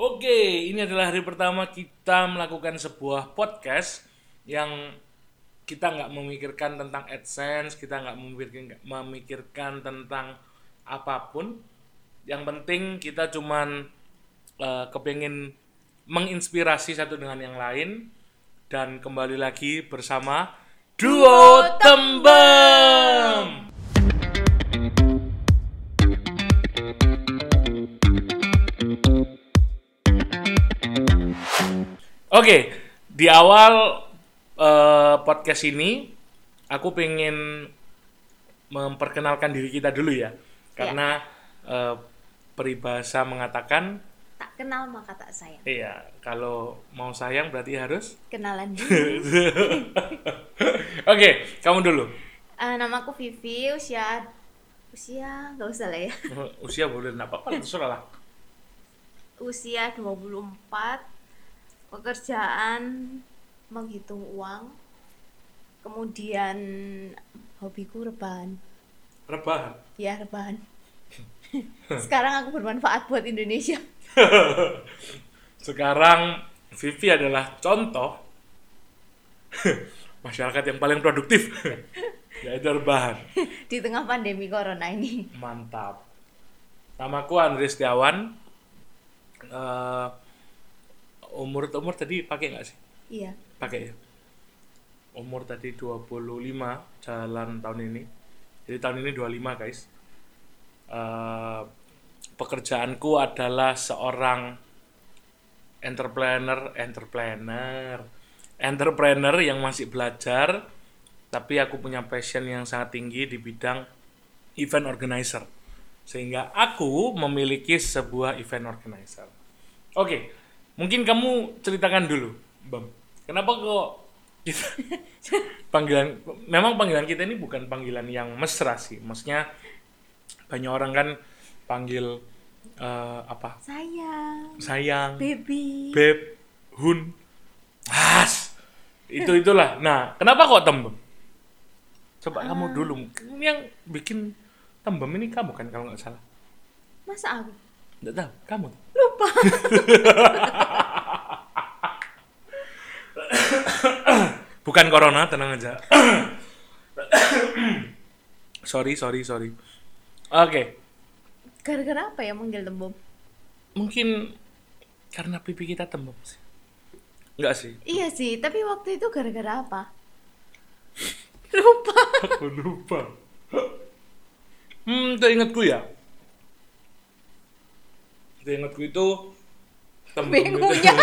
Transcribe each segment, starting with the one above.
Oke, ini adalah hari pertama kita melakukan sebuah podcast yang kita nggak memikirkan tentang AdSense, kita nggak memikirkan tentang apapun. Yang penting kita cuman kepengen menginspirasi satu dengan yang lain. Dan kembali lagi bersama Duo Tembem. Oke, di awal podcast ini aku pengen memperkenalkan diri kita dulu ya, karena peribahasa mengatakan tak kenal maka tak sayang. iya, kalau mau sayang berarti harus Kenalan dulu. Oke, kamu dulu. Namaku Vivi, usia nggak usah lah ya. Usia boleh, nggak apa-apa, terserah lah. Usia 24, pekerjaan menghitung uang, kemudian hobiku rebahan. Rebahan. Ya, rebahan. Sekarang aku bermanfaat buat Indonesia. Sekarang Vivi adalah contoh masyarakat yang paling produktif, yaitu rebahan. Di tengah pandemi corona ini. Mantap. Namaku Andre Setiawan. Umur tadi pakai nggak sih? Iya. Pakai ya. Umur tadi 25 jalan tahun ini. Jadi tahun ini 25 guys. Pekerjaanku adalah seorang entrepreneur yang masih belajar, tapi aku punya passion yang sangat tinggi di bidang event organizer, sehingga aku memiliki sebuah event organizer. Oke, mungkin kamu ceritakan dulu, Bam, kenapa kok kita panggilan kita ini bukan panggilan yang mesra sih, maksudnya banyak orang kan panggil apa? Sayang, Baby, beb, hun, itulah. Nah, kenapa kok Tembem? Coba kamu dulu. Ini yang bikin Tembem ini kamu kan kalau nggak salah. masa aku? Nggak tahu, kamu. Lupa. Bukan corona, tenang aja. sorry. Oke. Gara-gara apa ya manggil Tembem? Mungkin karena pipi kita tembem sih. Enggak sih. Iya sih, tapi waktu itu gara-gara apa? Lupa. Aku lupa. Teringatku ya. Teringatku itu tembem itu. Bingungnya.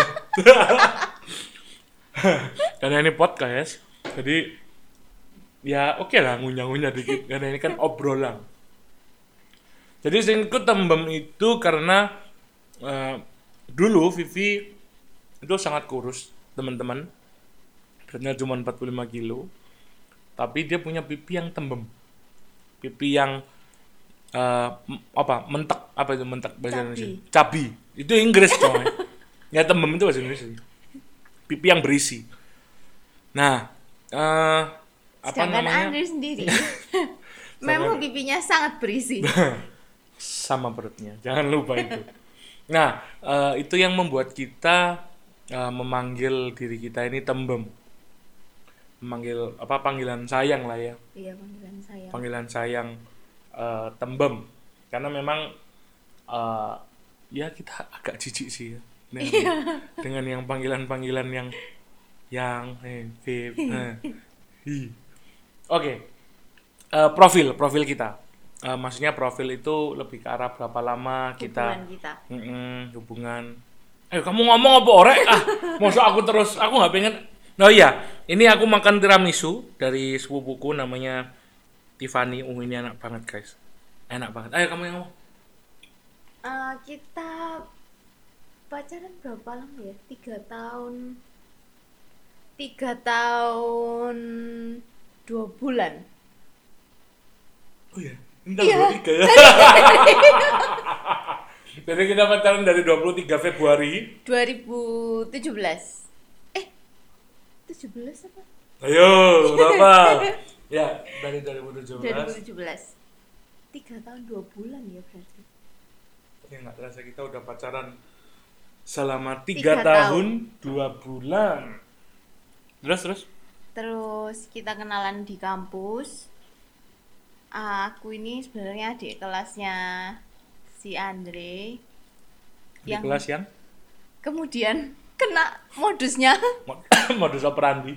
Karena ini podcast, jadi ya oke lah ngunyah-ngunyah dikit. Karena ini kan obrolan. Jadi singkut tembem itu karena dulu Vivi itu sangat kurus, teman-teman. Beratnya cuma 45 kilo. Tapi dia punya pipi yang tembem. Pipi yang mentek, apa itu mentek bahasa Indonesia? Cabi. Itu Inggris coy. Ya tembem itu bahasa Indonesia. Pipi yang berisi. Nah, apa namanya? Andre sendiri memang pipinya sangat berisi. Sama perutnya, jangan lupa itu. Nah, itu yang membuat kita memanggil diri kita ini Tembem. Memanggil panggilan sayang lah ya. Iya, panggilan sayang. Panggilan sayang Tembem. Karena memang ya kita agak jijik sih ya. Dengan yang panggilan-panggilan yang babe. Oke. Profil kita. Maksudnya profil itu lebih ke arah berapa lama hubungan kita. Hubungan. Ayo kamu ngomong apa orek? Masa aku nggak pengen. Oh iya, ini aku makan tiramisu dari sepupuku namanya Tiffany. Ini enak banget guys. Enak banget. Ayo kamu yang ngomong. Kita pacaran berapa lama ya? 3 tahun 2 bulan. Oh iya. Ini tanggal 23 ya. Jadi kita pacaran dari 23 Februari 2017. 17 apa? Ayo, berapa? Ya, dari 2017. 3 tahun 2 bulan ya berarti. Ya nggak terasa kita udah pacaran selama 3 3 tahun 2 bulan. Terus Terus kita kenalan di kampus. Aku ini sebenarnya adik kelasnya si Andre di kelas yang kemudian kena modusnya. modus operandi.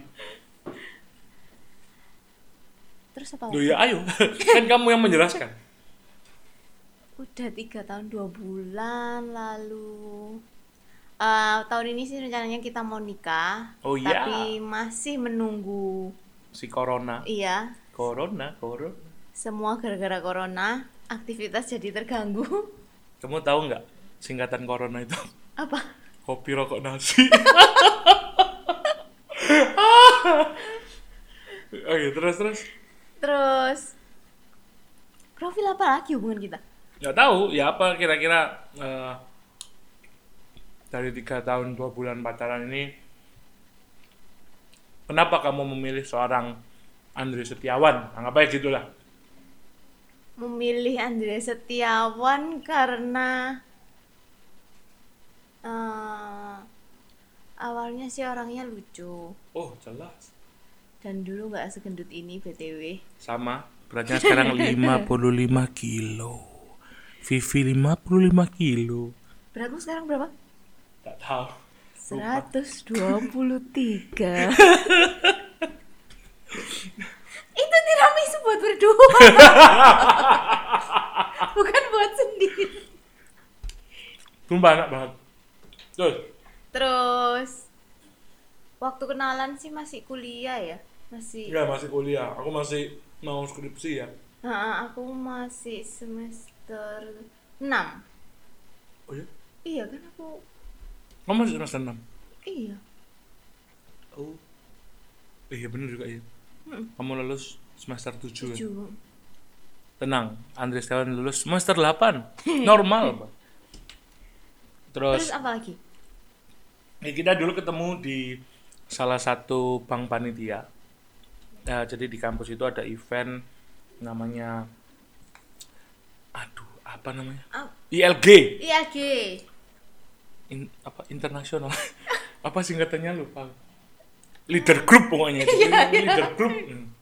Terus apa Loh lagi? ya ayo, kan kamu yang menjelaskan. Udah 3 tahun 2 bulan lalu. Tahun ini sih rencananya kita mau nikah. Oh iya. Tapi masih menunggu. Si corona. Iya. Corona. Semua gara-gara corona, aktivitas jadi terganggu. Kamu tahu nggak singkatan corona itu? Apa? Kopi rokok nasi. Oke, terus. Profil apa lagi hubungan kita? Nggak tahu, ya apa kira-kira dari 3 tahun 2 bulan pacaran ini, kenapa kamu memilih seorang Andre Setiawan? Anggap aja gitulah. Memilih Andre Setiawan karena awalnya sih orangnya lucu Oh, jelas. dan dulu nggak segendut ini BTW. Sama, beratnya sekarang 55 kilo. Vivi 55 kilo. Beratmu sekarang berapa? Tak tahu. 123. Itu tiramisu buat berdua. Bukan buat sendiri. Sumpah enak banget. Terus waktu kenalan sih masih kuliah ya? Masih. Enggak, masih kuliah. Aku masih mau skripsi ya. Aku masih semester 6. Oh ya? Iya kan aku. Kamu masih semester 6? Iya. Oh. Iya bener juga ya. Kamu lulus semester 7 ya? 7. Tenang, Andre Setiawan lulus semester 8. Normal, Pak. Terus Terus apa lagi? ya kita dulu ketemu di salah satu bank panitia. Nah, jadi di kampus itu ada event namanya, apa namanya? ILG. IAG. Internasional. Apa singkatannya lupa. Leader group pokoknya itu. Leader group.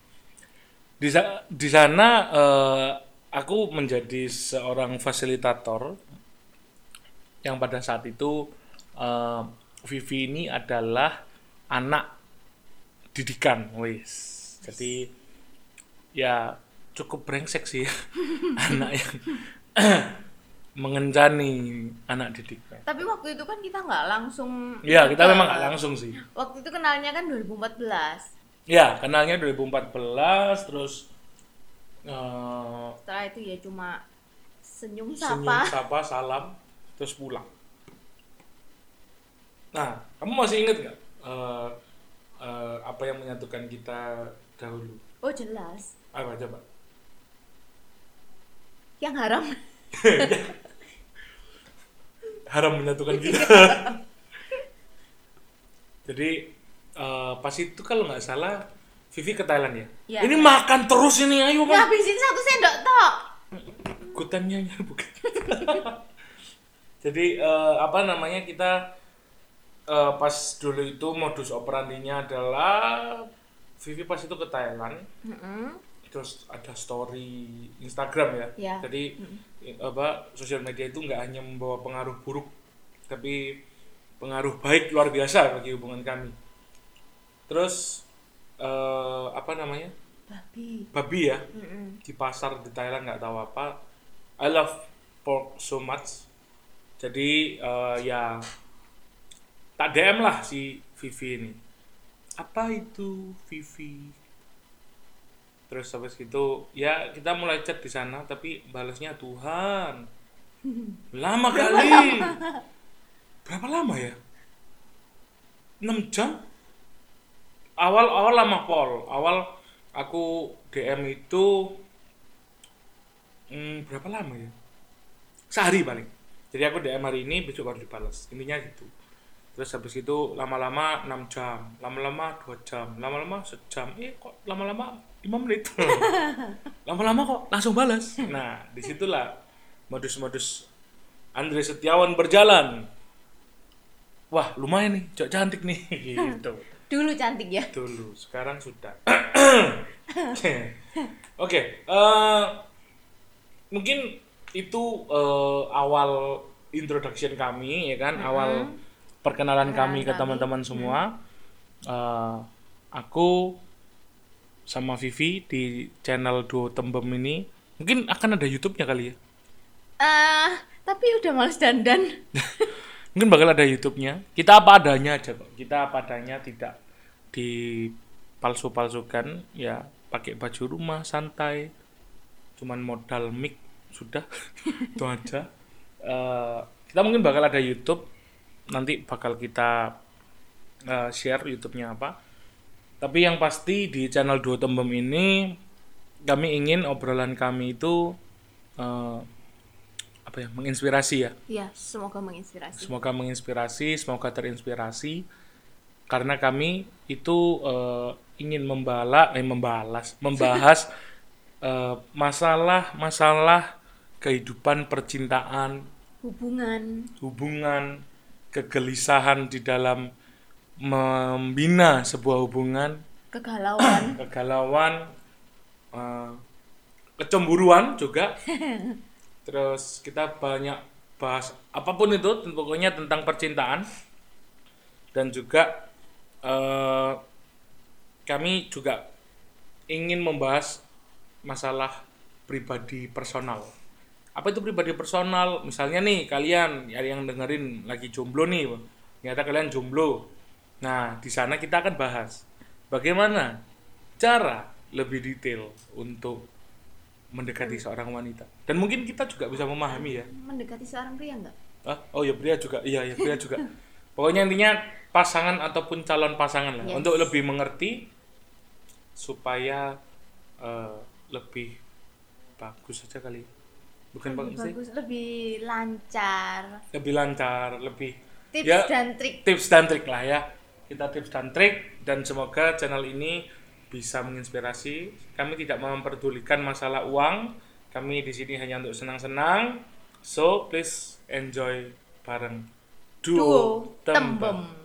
Di sana aku menjadi seorang fasilitator yang pada saat itu Vivi ini adalah anak didikan, wis. Jadi ya cukup brengsek sih anak yang mengencani anak didiknya. Tapi waktu itu kan kita nggak langsung. Iya, kita memang nggak langsung sih. Waktu itu kenalnya kan 2014. Ya, kenalnya 2014, terus Setelah itu ya cuma senyum senyum, sapa. sapa, salam, terus pulang. Nah, kamu masih ingat nggak apa yang menyatukan kita dahulu? Oh jelas. Apa coba? Yang haram. Haram menyatukan kita. Jadi pas itu kalau nggak salah Vivi ke Thailand ya? Ya. Ini makan terus ini, ayo Mas. Ngabisin 1 sendok tok. Ikutannya bukan. Jadi apa namanya, kita pas dulu itu modus operandinya adalah Vivi pas itu ke Thailand. Terus ada story Instagram ya. Ya. Jadi sosial media itu nggak hanya membawa pengaruh buruk, tapi pengaruh baik luar biasa bagi hubungan kami. Terus apa namanya? Babi ya. Di pasar di Thailand nggak tahu apa. I love pork so much. Jadi ya tak DM lah si Vivi ini. Apa itu Vivi? Terus habis itu ya kita mulai chat di sana, tapi balasnya Tuhan. Lama kali. Berapa lama ya? 6 jam? Awal lama Pol. Awal aku DM itu berapa lama ya? Sehari paling. Jadi aku DM hari ini, besok baru dibalas. Intinya gitu. Terus habis itu lama-lama 6 jam, lama-lama 2 jam, lama-lama sejam. Kok lama-lama 5 menit. Lama-lama kok langsung balas. Nah, disitulah modus-modus Andre Setiawan berjalan. wah lumayan nih, cok cantik nih gitu. Dulu cantik ya. Dulu, sekarang sudah. Oke, mungkin itu awal introduction kami ya kan, awal perkenalan kami ke teman-teman semua. Aku sama Vivi di channel Duo Tembem ini mungkin akan ada YouTube-nya kali ya. Tapi udah males dandan. Mungkin bakal ada YouTube-nya. Kita apa adanya aja kok. Kita apa adanya, tidak dipalsu-palsukan ya, pakai baju rumah santai. Cuman modal mic sudah. Itu aja. Kita mungkin bakal ada YouTube. Nanti bakal kita share YouTube-nya apa. Tapi yang pasti di channel Duo Tembem ini kami ingin obrolan kami itu menginspirasi ya. Iya, semoga menginspirasi. Semoga menginspirasi, semoga terinspirasi. Karena kami itu ingin membahas masalah kehidupan percintaan, hubungan, kegelisahan di dalam membina sebuah hubungan, kegalauan, kecemburuan juga. Terus kita banyak bahas apapun itu, pokoknya tentang percintaan. Dan juga kami juga ingin membahas masalah pribadi personal. Apa itu pribadi personal? Misalnya nih kalian yang dengerin lagi jomblo nih, ternyata kalian jomblo. Nah di sana kita akan bahas bagaimana cara lebih detail untuk mendekati seorang wanita. Dan mungkin kita juga bisa memahami ya. Mendekati seorang pria enggak? Oh ya pria juga. Iya pria juga. Pokoknya intinya pasangan ataupun calon pasangan lah. Yes. Untuk lebih mengerti supaya lebih bagus aja kali. Bukan bagus, lebih lancar. Lebih Tips dan trik lah ya. Kita tips dan trik, dan semoga channel ini bisa menginspirasi. Kami tidak memperdulikan masalah uang. Kami di sini hanya untuk senang-senang. So please enjoy bareng Duo Tembem.